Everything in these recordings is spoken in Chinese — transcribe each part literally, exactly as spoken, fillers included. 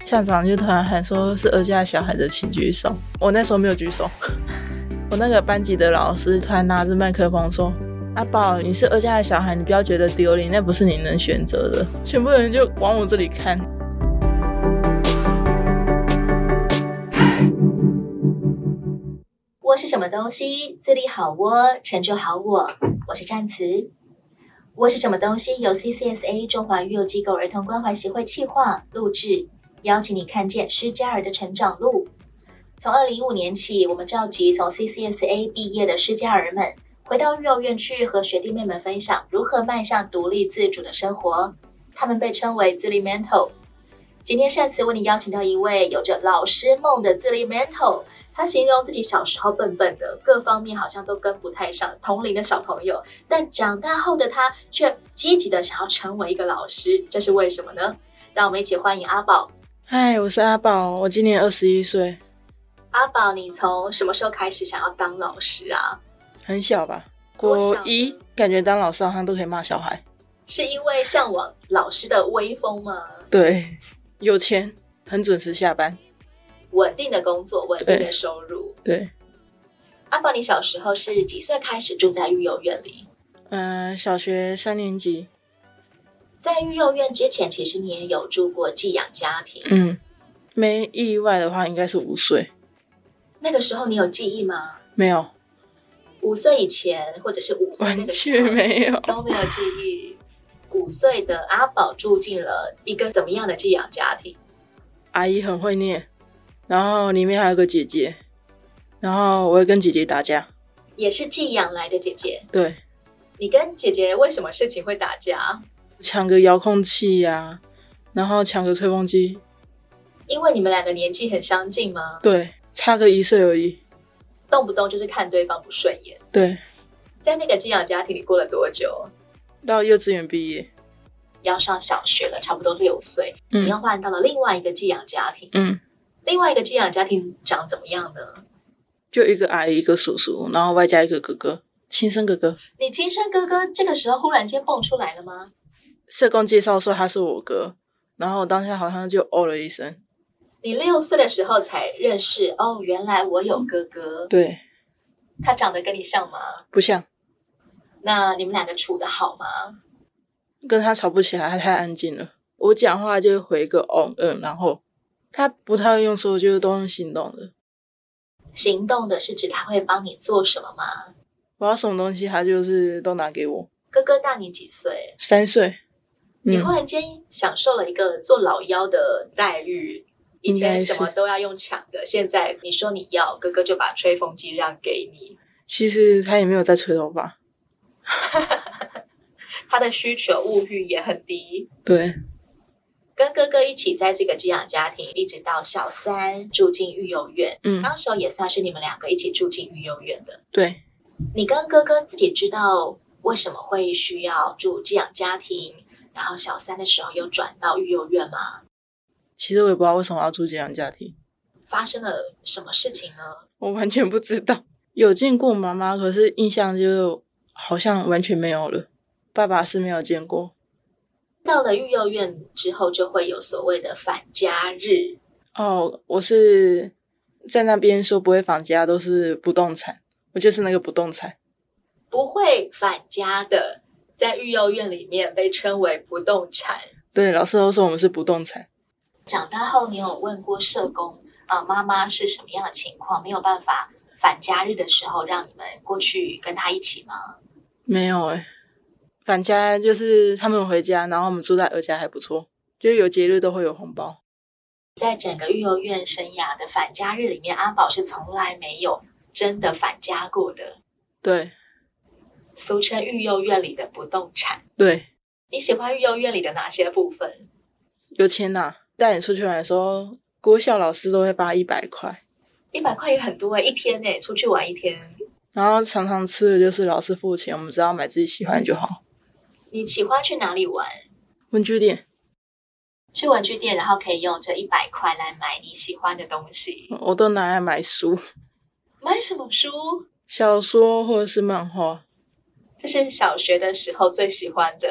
校长就突然喊说是二家小孩的请举手，我那时候没有举手。我那个班级的老师突然拿着麦克风说，阿宝，你是二家的小孩，你不要觉得丢脸，那不是你能选择的。全部人就往我这里看。 窝是什么东西？自立好窝，成就好我。我是战慈。窝是什么东西？由 C C S A 中华育幼机构儿童关怀协会企划录制，邀请你看见失家儿的成长路。从二零一五年起，我们召集从 C C S A 毕业的失家儿们，回到育幼院去和学弟妹们分享如何迈向独立自主的生活。他们被称为自立 mentor。今天善慈为你邀请到一位有着老师梦的自立 mentor。他形容自己小时候笨笨的，各方面好像都跟不太上同龄的小朋友，但长大后的他却积极的想要成为一个老师，这是为什么呢？让我们一起欢迎阿宝。 嗨，我是阿宝，我今年二十一岁。 阿宝，你从什么时候开始想要当老师啊？ 很小吧，国一，感觉当老师好像都可以骂小孩。 是因为向往老师的威风吗？ 对，有钱，很准时下班。 稳定的工作，稳定的收入。 对，对。 阿宝，你小时候是几岁开始住在育幼院里？ 嗯、呃，小学三年级。 在育幼院之前，其实你也有住过寄养家庭。 嗯，没意外的话，应该是五岁。 那个时候你有记忆吗？ 没有。 五岁以前，或者是五岁那个时候， 完全没有， 都没有记忆。五岁的阿宝住进了一个怎么样的寄养家庭？ 阿姨很会念。然后里面还有个姐姐，然后我会跟姐姐打架。 也是寄养来的姐姐？ 对。 你跟姐姐为什么事情会打架？ 抢个遥控器呀、啊，然后抢个吹风机。 因为你们两个年纪很相近吗？ 对，差个一岁而已。 动不动就是看对方不顺眼。 对。 在那个寄养家庭里过了多久？ 到幼稚园毕业。 要上小学了，差不多六岁。嗯，你要换到了另外一个寄养家庭。 嗯。 另外一个寄养家庭长怎么样呢？ 就一个阿姨，一个叔叔，然后外加一个哥哥，亲生哥哥。 你亲生哥哥这个时候忽然间蹦出来了吗？ 社工介绍说他是我哥，然后我当下好像就哦了一声。 你六岁的时候才认识，哦，原来我有哥哥。 对。 他长得跟你像吗？ 不像。 那你们两个处得好吗？ 跟他吵不起来，他太安静了。我讲话就回个哦嗯，然后他不太会用说，就是都用行动的。 行动的是指他会帮你做什么吗？ 我要什么东西，他就是都拿给我。 哥哥大你几岁？ 三岁。 嗯、你忽然间享受了一个做老幺的待遇，以前什么都要用抢的，现在你说你要，哥哥就把吹风机让给你。 其实他也没有在吹头发。 他的需求物欲也很低。 对。 跟哥哥一起在这个寄养家庭，一直到小三住进育幼院。嗯，当时也算是你们两个一起住进育幼院的。 对。 你跟哥哥自己知道为什么会需要住寄养家庭，然后小三的时候又转到育幼院吗？ 其实我也不知道为什么要住寄养家庭。 发生了什么事情呢？ 我完全不知道。有见过妈妈，可是印象就好像完全没有了。爸爸是没有见过。 到了育幼院之后，就会有所谓的返家日。 哦，我是在那边说不会返家，都是不动产，我就是那个不动产。 不会返家的，在育幼院里面被称为不动产。 对，老师都说我们是不动产。 长大后，你有问过社工，呃，妈妈是什么样的情况，没有办法返家日的时候，让你们过去跟她一起吗？ 没有诶、欸返家就是他们回家，然后我们住在儿家还不错，就有节日都会有红包。 在整个育幼院生涯的返家日里面，阿宝是从来没有真的返家过的。 对。 俗称育幼院里的不动产。 对。 你喜欢育幼院里的哪些部分？ 有钱拿，带你出去玩的时候，国小老师都会发一百块。 一百块也很多诶、欸、一天诶、欸、出去玩一天。 然后常常吃的就是老师付钱，我们只要买自己喜欢就好。 你喜欢去哪里玩？ 文具店。 去文具店，然后可以用这一百块来买你喜欢的东西。 我都拿来买书。 买什么书？ 小说或者是漫画。 这是小学的时候最喜欢的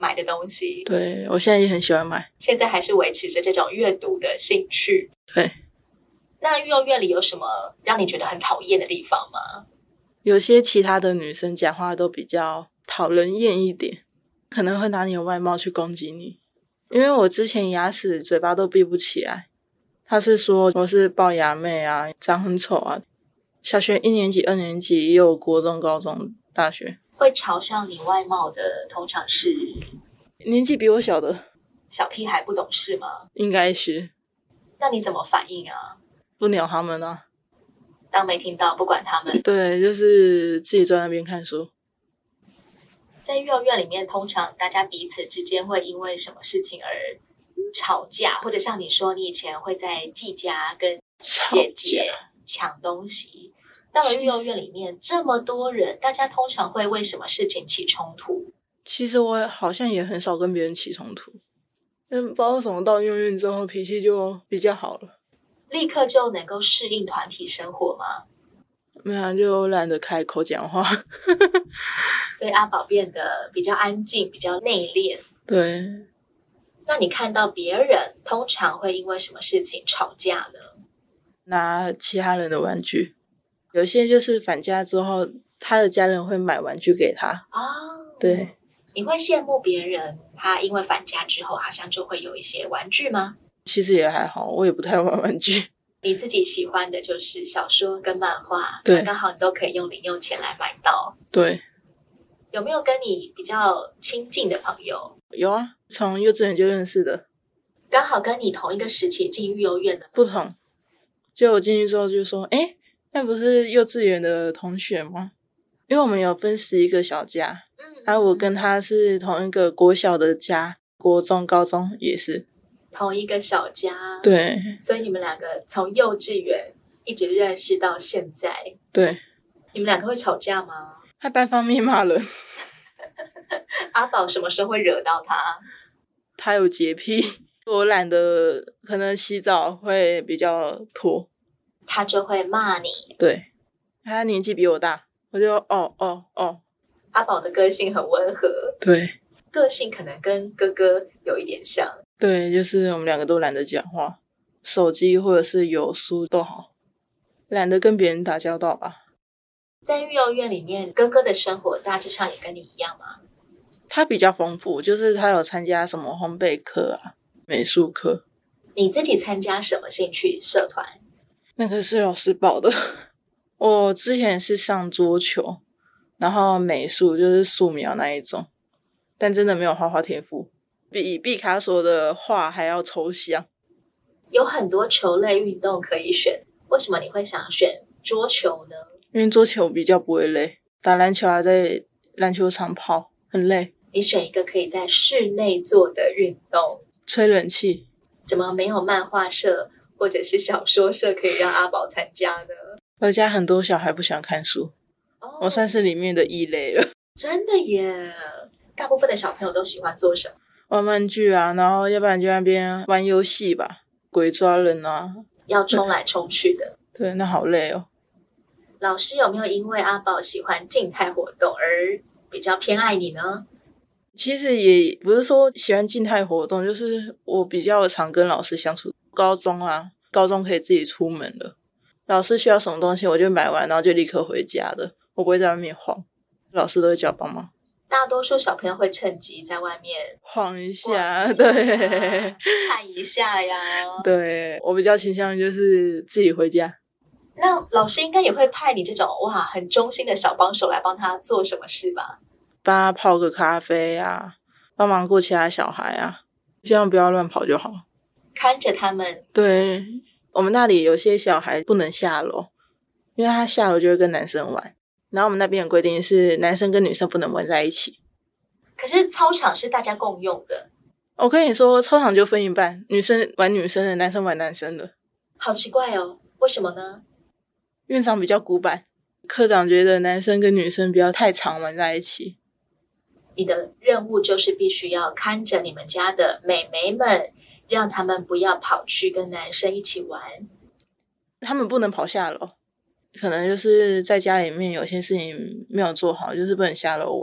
买的东西。 对，我现在也很喜欢买。 现在还是维持着这种阅读的兴趣。 对。 那育幼院里有什么让你觉得很讨厌的地方吗？ 有些其他的女生讲话都比较讨人厌一点，可能会拿你的外貌去攻击你。因为我之前牙齿嘴巴都闭不起来，他是说我是龅牙妹啊，长很丑啊。小学一年级、二年级也有国中、高中、大学。 会嘲笑你外貌的通常是年纪比我小的小屁孩，不懂事吗？ 应该是。 那你怎么反应啊？ 不鸟他们啊， 当没听到，不管他们。 对，就是自己坐在那边看书。 在育幼院里面，通常大家彼此之间会因为什么事情而吵架，或者像你说，你以前会在季家跟姐姐抢东西。到了育幼院里面，这么多人，大家通常会为什么事情起冲突？ 其实我好像也很少跟别人起冲突，但不知道为什么到育幼院之后脾气就比较好了。 立刻就能够适应团体生活吗？ 没有，就懒得开口讲话。 所以阿宝变得比较安静，比较内敛。 对。 那你看到别人通常会因为什么事情吵架呢？ 拿其他人的玩具，有些就是返家之后他的家人会买玩具给他。 哦， 对。 你会羡慕别人他因为返家之后好像就会有一些玩具吗？ 其实也还好，我也不太玩玩具。 你自己喜欢的就是小说跟漫画， 对， 刚好你都可以用零用钱来买到。 对。 有没有跟你比较亲近的朋友？ 有啊，从幼稚园就认识的。 刚好跟你同一个时期进育幼院的？ 不同。就我进去之后就说，诶，那不是幼稚园的同学吗？因为我们有分十一个小家，嗯，然后我跟他是同一个国小的家，国中、高中也是同一个小家。 对， 所以你们两个从幼稚园一直认识到现在。 对。 你们两个会吵架吗？ 他单方面骂人。 阿宝什么时候会惹到他？ 他有洁癖，我懒得，可能洗澡会比较拖， 他就会骂你。 对，他年纪比我大，我就哦哦哦。 阿宝的个性很温和。 对， 个性可能跟哥哥有一点像。 对，就是我们两个都懒得讲话，手机或者是有书都好，懒得跟别人打交道吧。 在育幼院里面，哥哥的生活大致上也跟你一样吗？ 他比较丰富，就是他有参加什么烘焙课啊、美术课。 你自己参加什么兴趣社团？ 那个是老师报的。我之前是上桌球，然后美术就是素描那一种，但真的没有画画天赋，比毕卡索的画还要抽象。 有很多球类运动可以选，为什么你会想选桌球呢？ 因为桌球比较不会累，打篮球还在篮球场跑很累。 你选一个可以在室内做的运动。 吹冷气。 怎么没有漫画社或者是小说社可以让阿宝参加呢？ 我家很多小孩不喜欢看书，哦，我算是里面的异类了。 真的耶，大部分的小朋友都喜欢做什么？ 玩玩具啊，然后要不然就在那边玩游戏吧，鬼抓人啊， 要冲来冲去的。 对，那好累哦。 老师有没有因为阿宝喜欢静态活动而比较偏爱你呢？ 其实也不是说喜欢静态活动，就是我比较常跟老师相处。高中啊，高中可以自己出门了，老师需要什么东西我就买完然后就立刻回家的，我不会在外面晃，老师都会叫帮忙。 大多数小朋友会趁机在外面晃一下，一下对， 看一下呀。 对，我比较倾向就是自己回家。 那老师应该也会派你这种哇很忠心的小帮手来帮他做什么事吧？ 帮他泡个咖啡啊，帮忙顾其他小孩啊，这样不要乱跑就好。 看着他们。 对，我们那里有些小孩不能下楼，因为他下楼就会跟男生玩，然后我们那边的规定是男生跟女生不能玩在一起。 可是操场是大家共用的。 我跟你说，操场就分一半，女生玩女生的，男生玩男生的。 好奇怪哦，为什么呢？ 院长比较古板，科长觉得男生跟女生不要太常玩在一起。 你的任务就是必须要看着你们家的妹妹们，让他们不要跑去跟男生一起玩。 他们不能跑下楼，可能就是在家里面有些事情没有做好，就是不能下楼玩。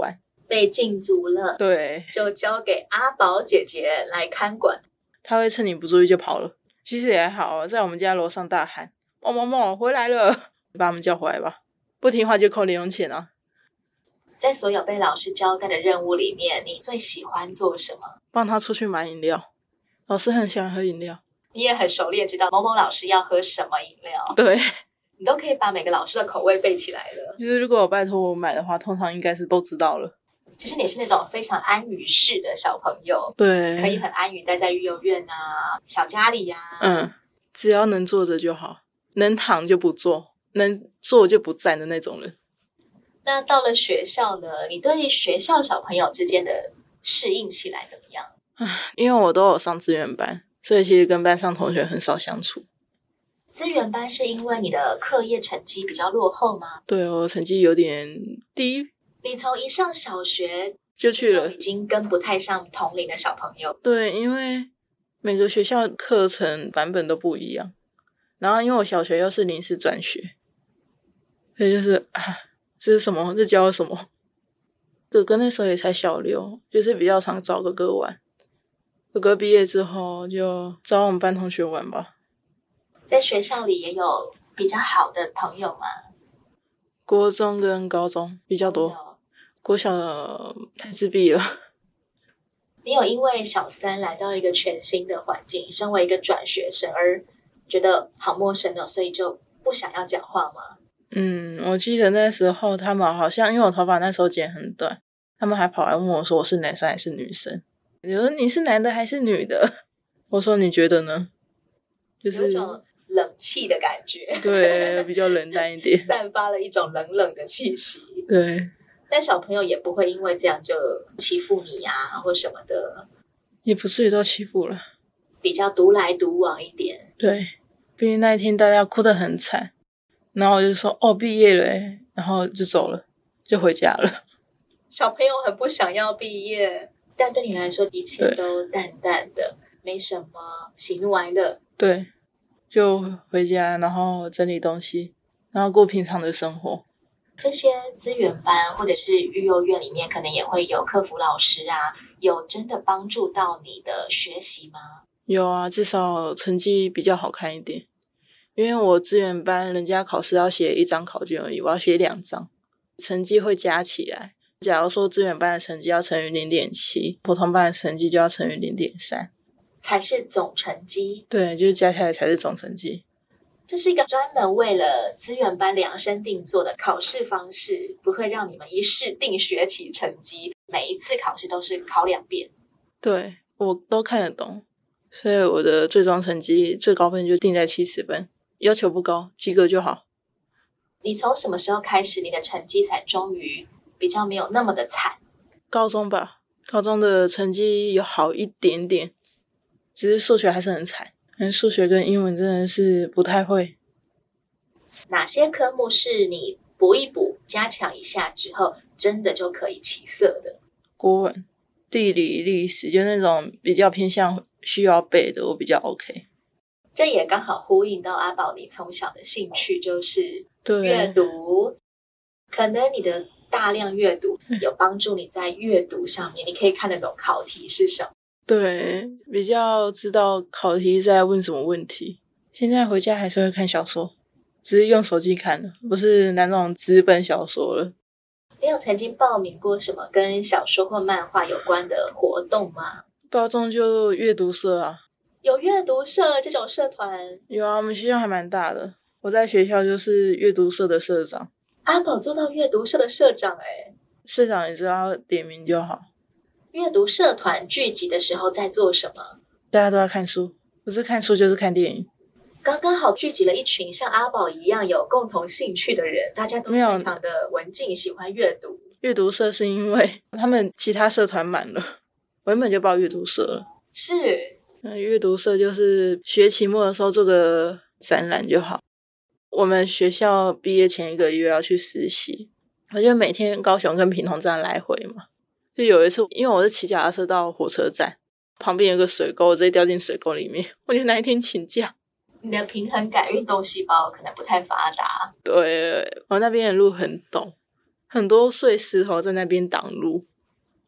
被禁足了， 对， 就交给阿宝姐姐来看管。 他会趁你不注意就跑了。其实也好，在我们家楼上大喊某某某回来了，把他们叫回来吧，不听话就扣零用钱啊。 在所有被老师交代的任务里面，你最喜欢做什么？ 帮他出去买饮料，老师很喜欢喝饮料。 你也很熟练知道某某老师要喝什么饮料， 对， 你都可以把每个老师的口味背起来了。 就是如果我拜托我买的话，通常应该是都知道了。 其实你是那种非常安于室的小朋友， 对， 可以很安于待在育幼院啊、小家里啊。 嗯，只要能坐着就好，能躺就不坐，能坐就不站的那种人。 那到了学校呢？你对学校小朋友之间的适应起来怎么样？ 因为我都有上资源班，所以其实跟班上同学很少相处。 资源班是因为你的课业成绩比较落后吗？ 对，我成绩有点低。 你从一上小学就去了， 就已经跟不太上同龄的小朋友。 对，因为每个学校课程版本都不一样，然后因为我小学又是临时转学，所以就是啊，这是什么？这教了什么？哥哥那时候也才小六，就是比较常找哥哥玩。哥哥毕业之后就找我们班同学玩吧。 在学校里也有比较好的朋友吗？ 国中跟高中比较多，国小太自闭了。 你有因为小三来到一个全新的环境，身为一个转学生而觉得好陌生哦，所以就不想要讲话吗？ 嗯，我记得那时候他们好像因为我头发那时候剪很短，他们还跑来问我说我是男生还是女生。我说你是男的还是女的？我说你觉得呢？就是有种冷气的感觉， 对，比较冷淡一点， 散发了一种冷冷的气息。 对， 但小朋友也不会因为这样就欺负你啊或什么的， 也不至于到欺负了， 比较独来独往一点。 对，毕竟那一天大家哭得很惨，然后我就说哦毕业了耶，然后就走了，就回家了。 小朋友很不想要毕业，但对你来说一切都淡淡的，没什么喜怒哀乐。 对，就回家，然后整理东西，然后过平常的生活。 这些资源班或者是育幼院里面可能也会有客服老师啊，有真的帮助到你的学习吗？ 有啊，至少成绩比较好看一点。因为我资源班人家考试要写一张考卷而已，我要写两张，成绩会加起来。假如说资源班的成绩要乘以 零点七， 普通班的成绩就要乘以 零点三， 才是总成绩。 对，就是加起来才是总成绩。 这是一个专门为了资源班量身定做的考试方式，不会让你们一试定学期成绩，每一次考试都是考两遍。 对，我都看得懂，所以我的最终成绩最高分就定在七十分，要求不高，及格就好。 你从什么时候开始你的成绩才终于比较没有那么的惨？ 高中吧，高中的成绩有好一点点，只是数学还是很惨，因为数学跟英文真的是不太会。 哪些科目是你补一补加强一下之后真的就可以起色的？ 国文、地理、历史，就那种比较偏向需要背的我比较 OK。 这也刚好呼应到阿宝你从小的兴趣就是对， 阅读，可能你的大量阅读有帮助你在阅读上面，你可以看得懂考题是什么。 对，比较知道考题在问什么问题。现在回家还是会看小说，只是用手机看了，不是拿那种纸本小说了。 你有曾经报名过什么跟小说或漫画有关的活动吗？ 高中就阅读社啊。 有阅读社这种社团？ 有啊，我们学校还蛮大的，我在学校就是阅读社的社长。 阿宝做到阅读社的社长耶， 社长也只要点名就好。 阅读社团聚集的时候在做什么？ 大家都在看书，不是看书就是看电影。 刚刚好聚集了一群像阿宝一样有共同兴趣的人，大家都非常的文静，喜欢阅读。 阅读社是因为他们其他社团满了，我原本就报阅读社了。 是， 那阅读社就是学期末的时候做个展览就好。我们学校毕业前一个月要去实习，我就每天高雄跟屏东站来回嘛。就有一次，因为我是骑脚踏车到火车站，旁边有个水沟，我直接掉进水沟里面。我就那一天请假。 你的平衡感运动细胞可能不太发达。 对，我那边的路很陡，很多碎石头在那边挡路。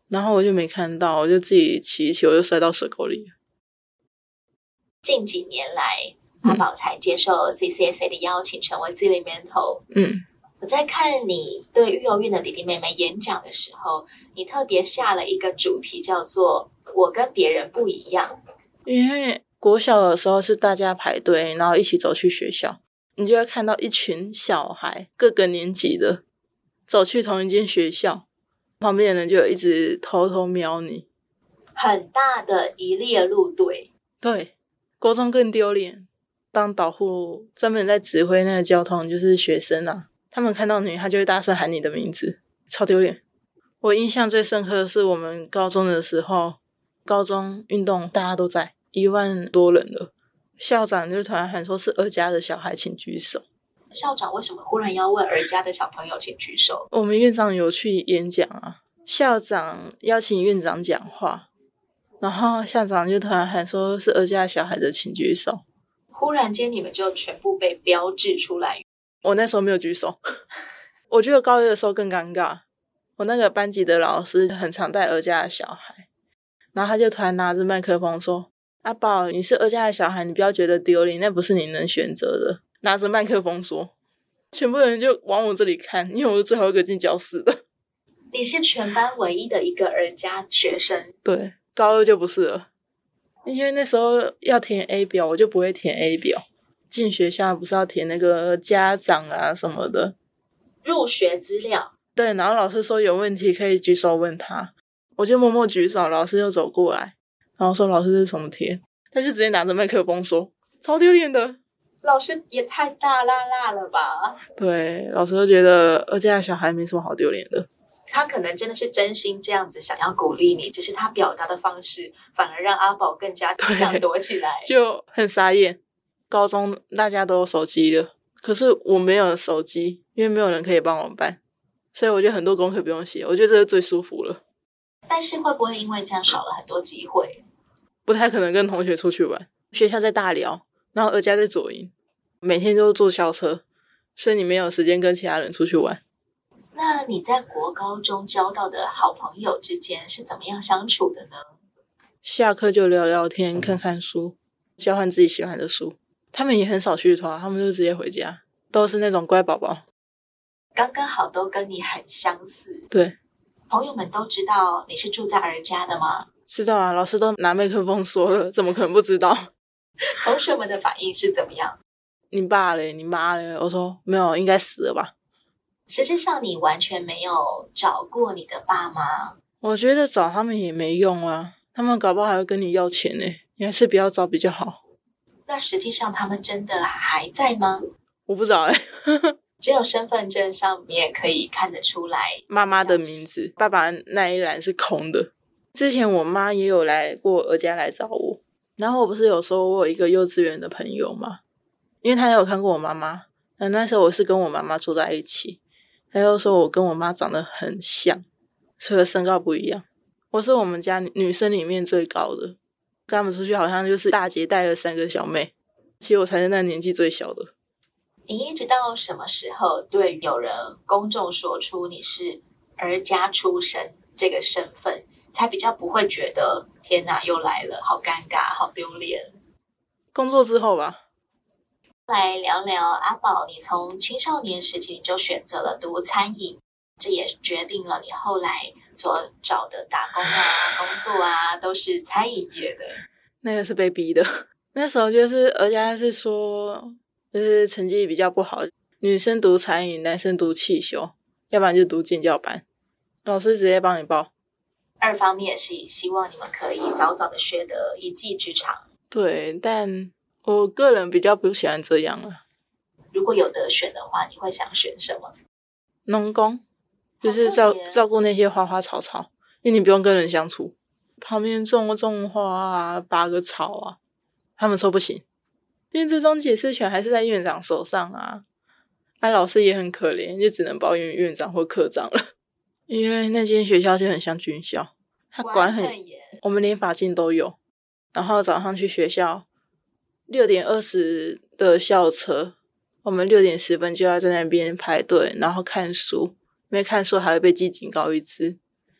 然后我就没看到，我就自己骑一骑，我就摔到水沟里了。 近几年来，阿宝才接受 C C S A 的邀请，成为自立 mentor。 嗯， 我在看你对育幼院的弟弟妹妹演讲的时候，你特别下了一个主题，叫做“我跟别人不一样”。 因为国小的时候是大家排队，然后一起走去学校，你就会看到一群小孩，各个年级的走去同一间学校，旁边的人就有一直偷偷瞄你， 很大的一列路队。 对，国中更丢脸，当导护专门在指挥那个交通，就是学生啊，他们看到你，他就会大声喊你的名字，超丢脸。我印象最深刻的是我们高中的时候，高中运动大家都在，一万多人了，校长就突然喊说是儿家的小孩请举手。 校长为什么忽然要问儿家的小朋友请举手？ 我们院长有去演讲啊，校长邀请院长讲话，然后校长就突然喊说是儿家的小孩的请举手。 忽然间你们就全部被标志出来。 我那时候没有举手我觉得高一的时候更尴尬，我那个班级的老师很常带儿家的小孩，然后他就突然拿着麦克风说，阿宝你是儿家的小孩，你不要觉得丢脸，那不是你能选择的，拿着麦克风说，全部人就往我这里看，因为我是最后一个进教室的。 你是全班唯一的一个儿家学生？ 对，高二就不是了，因为那时候要填 A 表，我就不会填 A 表，进学校不是要填那个家长啊什么的入学资料。 对，然后老师说有问题可以举手问他，我就默默举手，老师就走过来，然后说老师这是什么填，他就直接拿着麦克风说，超丢脸的。 老师也太大辣辣了吧。 对，老师就觉得儿家的小孩没什么好丢脸的， 他可能真的是真心这样子想要鼓励你，只是他表达的方式反而让阿宝更加想躲起来， 就很傻眼。高中大家都有手机了，可是我没有手机，因为没有人可以帮我办，所以我觉得很多功课不用写，我觉得这是最舒服了。 但是会不会因为这样少了很多机会？ 不太可能跟同学出去玩，学校在大寮，然后儿家在左营，每天都坐校车，所以你没有时间跟其他人出去玩。 那你在国高中交到的好朋友之间是怎么样相处的呢？ 下课就聊聊天，看看书，交换自己喜欢的书。他们也很少续团，他们就直接回家，都是那种乖宝宝。 刚刚好都跟你很相似。 对， 朋友们都知道你是住在儿家的吗？ 知道啊，老师都拿麦克风说了，怎么可能不知道？ 同学们的反应是怎么样？ 你爸嘞，你妈嘞？我说没有，应该死了吧。 实际上你完全没有找过你的爸妈。 我觉得找他们也没用啊，他们搞不好还会跟你要钱呢，你还是不要找比较好。 那实际上他们真的还在吗？ 我不知道欸只有身份证上面可以看得出来妈妈的名字，爸爸那一栏是空的。之前我妈也有来过儿家来找我，然后我不是有说我有一个幼稚园的朋友嘛，因为他有看过我妈妈，那那时候我是跟我妈妈住在一起，他又说我跟我妈长得很像，除了身高不一样，我是我们家女生里面最高的，跟他们出去好像就是大姐带了三个小妹，其实我才是那年纪最小的。 你一直到什么时候对有人公众说出你是儿家出身这个身份，才比较不会觉得天哪又来了，好尴尬，好丢脸？ 工作之后吧。 来聊聊阿宝，你从青少年时期你就选择了读餐饮，这也决定了你后来所找的打工啊、工作啊都是餐饮业的。 那个是被逼的，那时候就是儿家是说就是成绩比较不好，女生读餐饮，男生读汽修，要不然就读建教班，老师直接帮你报。 二方面是希望你们可以早早的学得一技之长。 对，但我个人比较不喜欢这样了。 如果有得选的话，你会想选什么？ 农工，就是照照顾那些花花草草，因为你不用跟人相处，旁边种种花啊，拔个草啊，他们说不行，因为这种解释权还是在院长手上啊。啊，老师也很可怜，就只能抱怨院长或科长了。因为那间学校就很像军校，他管很严， 我们连法镜都有。然后早上去学校，六点二十的校车，我们六点十分就要在那边排队，然后看书，没看书还会被记警告一次。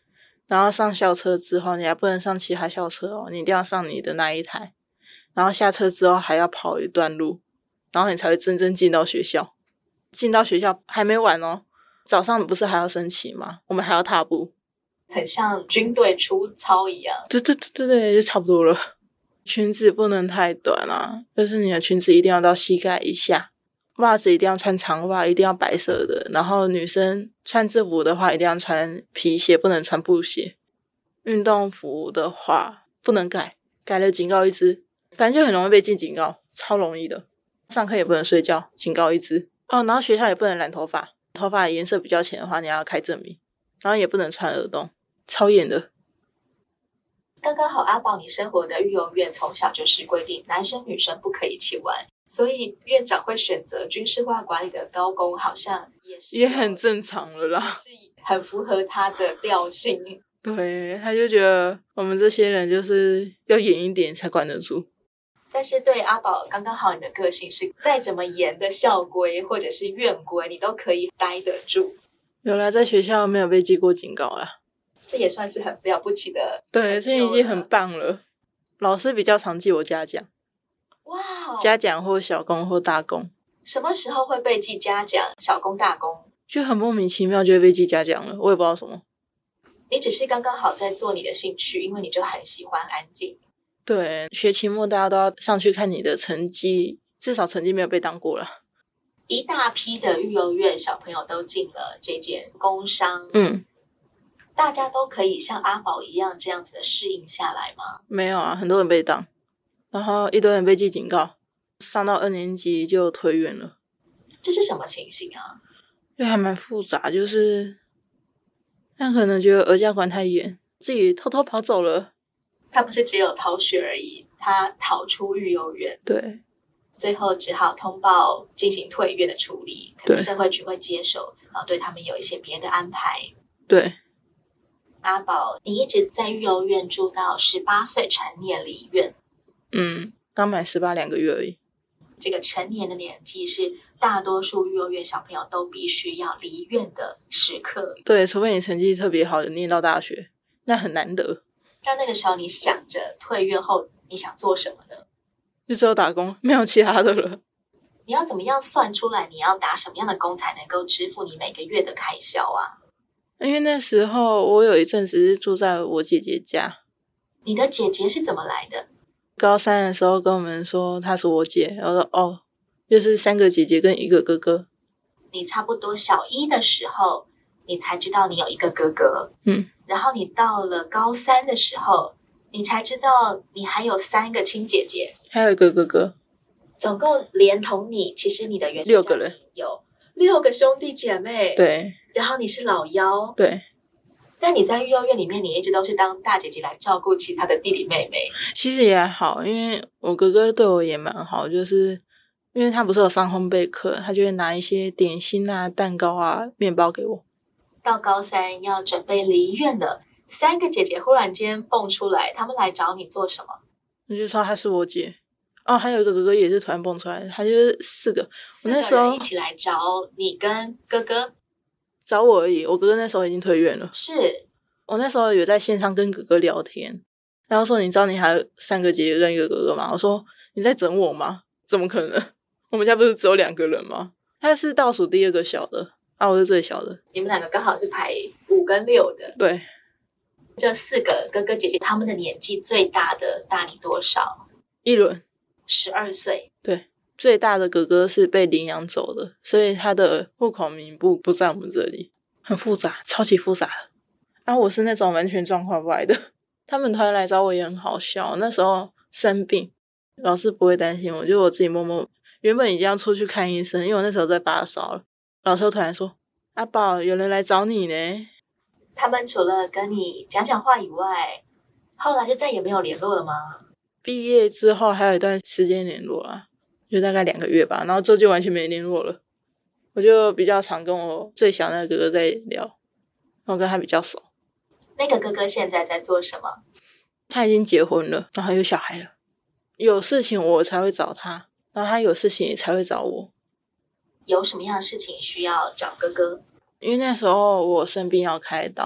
然后上校车之后你还不能上其他校车哦，你一定要上你的那一台，然后下车之后还要跑一段路，然后你才会真正进到学校。进到学校还没完哦，早上不是还要升旗吗？我们还要踏步， 很像军队出操一样。 对对对对，就差不多了。裙子不能太短啊，就是你的裙子一定要到膝盖以下，袜子一定要穿长袜，一定要白色的，然后女生穿制服的话一定要穿皮鞋，不能穿布鞋。运动服的话不能改，改了警告一支，反正就很容易被记警告，超容易的。上课也不能睡觉，警告一支哦。然后学校也不能染头发，头发颜色比较浅的话你要开证明，然后也不能穿耳洞，超严的。 刚刚好阿宝你生活的育幼院从小就是规定男生女生不可以一起玩，所以院长会选择军事化管理的高工好像也是也很正常了啦， 是很符合他的调性。 对，他就觉得我们这些人就是要严一点才管得住。 但是对阿宝刚刚好你的个性是再怎么严的校规或者是院规你都可以待得住。 有啦，在学校没有被记过警告啦， 这也算是很了不起的。 对，这已经很棒了。老师比较常记我嘉奖， 哇、哦， 嘉奖或小功或大功。 什么时候会被记嘉奖、小功、大功？ 就很莫名其妙就会被记嘉奖了，我也不知道什么。 你只是刚刚好在做你的兴趣，因为你就很喜欢安静。 对，学期末大家都要上去看你的成绩，至少成绩没有被当过啦。 一大批的育幼院小朋友都进了这间工商， 嗯， 大家都可以像阿宝一样这样子的适应下来吗？ 没有啊，很多人被当，然后一堆人被记警告，上到二年级就退院了。 这是什么情形啊？ 就还蛮复杂，就是他可能觉得儿教管太严，自己偷偷跑走了。 他不是只有逃学而已，他逃出育幼院， 对， 最后只好通报进行退院的处理，可能社会局会接手，然后对他们有一些别的安排。 对， 阿宝，你一直在育幼院住到十八岁成年离院。 嗯，刚满十八两个月而已。 这个成年的年纪是大多数育幼院小朋友都必须要离院的时刻。 对，除非你成绩特别好，念到大学，那很难得。 那那个时候你想着退院后你想做什么呢？ 就只有打工，没有其他的了。 你要怎么样算出来你要打什么样的工才能够支付你每个月的开销啊？ 因为那时候我有一阵子是住在我姐姐家。 你的姐姐是怎么来的？ 高三的时候跟我们说她是我姐，我说哦，就是三个姐姐跟一个哥哥。 你差不多小一的时候你才知道你有一个哥哥， 嗯， 然后你到了高三的时候你才知道你还有三个亲姐姐， 还有一个哥哥， 总共连同你其实你的原生六个人， 有六个兄弟姐妹。 对， 然后你是老幺， 对。 但你在育幼院里面你一直都是当大姐姐来照顾其他的弟弟妹妹。 其实也还好，因为我哥哥对我也蛮好，就是因为他不是有上烘焙课，他就会拿一些点心啊、蛋糕啊、面包给我。 到高三要准备离院了，三个姐姐忽然间蹦出来，他们来找你做什么？ 我就说她是我姐。哦，还有一个哥哥也是突然蹦出来，他就是四个。 四个人一起来找你跟哥哥？ 找我而已，我哥哥那时候已经退院了。 是， 我那时候有在线上跟哥哥聊天，然后说你知道你还有三个姐姐跟一个哥哥吗？我说你在整我吗？怎么可能？我们家不是只有两个人吗？他是倒数第二个小的啊，我是最小的。 你们两个刚好是排五跟六的。 对， 这四个哥哥姐姐他们的年纪最大的大你多少？ 一轮十二岁。 对，最大的哥哥是被领养走的，所以他的户口名簿不在我们这里，很复杂，超级复杂的。啊，我是那种完全状况不来的。他们突然来找我也很好笑，那时候生病，老师不会担心我，就我自己默默，原本已经要出去看医生，因为我那时候在发烧了。老师突然说：“阿宝，有人来找你呢。” 他们除了跟你讲讲话以外，后来就再也没有联络了吗？ 毕业之后还有一段时间联络啊，就大概两个月吧，然后之后就完全没联络了。我就比较常跟我最小那个哥哥在聊，我跟他比较熟。 那个哥哥现在在做什么？ 他已经结婚了，然后有小孩了。有事情我才会找他，然后他有事情也才会找我。 有什么样的事情需要找哥哥？ 因为那时候我生病要开刀，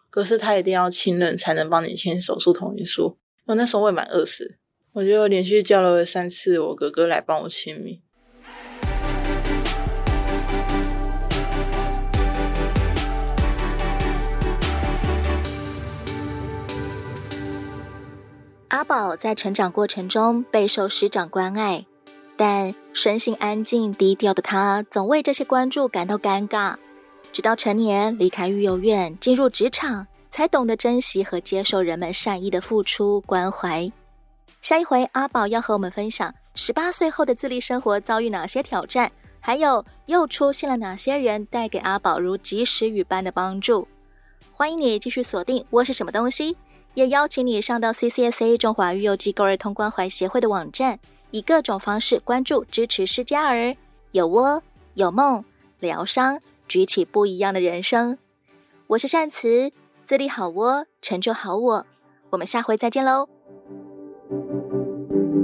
可是他一定要亲人才能帮你签手术同意书。我那时候未满二十，我就连续叫了三次我哥哥来帮我签名。 阿宝在成长过程中备受师长关爱，但生性安静低调的他总为这些关注感到尴尬。直到成年离开育幼院进入职场，才懂得珍惜和接受人们善意的付出关怀。下一回阿宝要和我们分享十八岁后的自立生活遭遇哪些挑战，还有又出现了哪些人带给阿宝如及时雨般的帮助。欢迎你继续锁定我是什么东西，也邀请你上到 C C S A 中华育幼机构儿童关怀协会的网站，以各种方式关注支持失家儿，有窝有梦，疗伤，举起不一样的人生。我是善慈，自立好窝，成就好我。我们下回再见喽。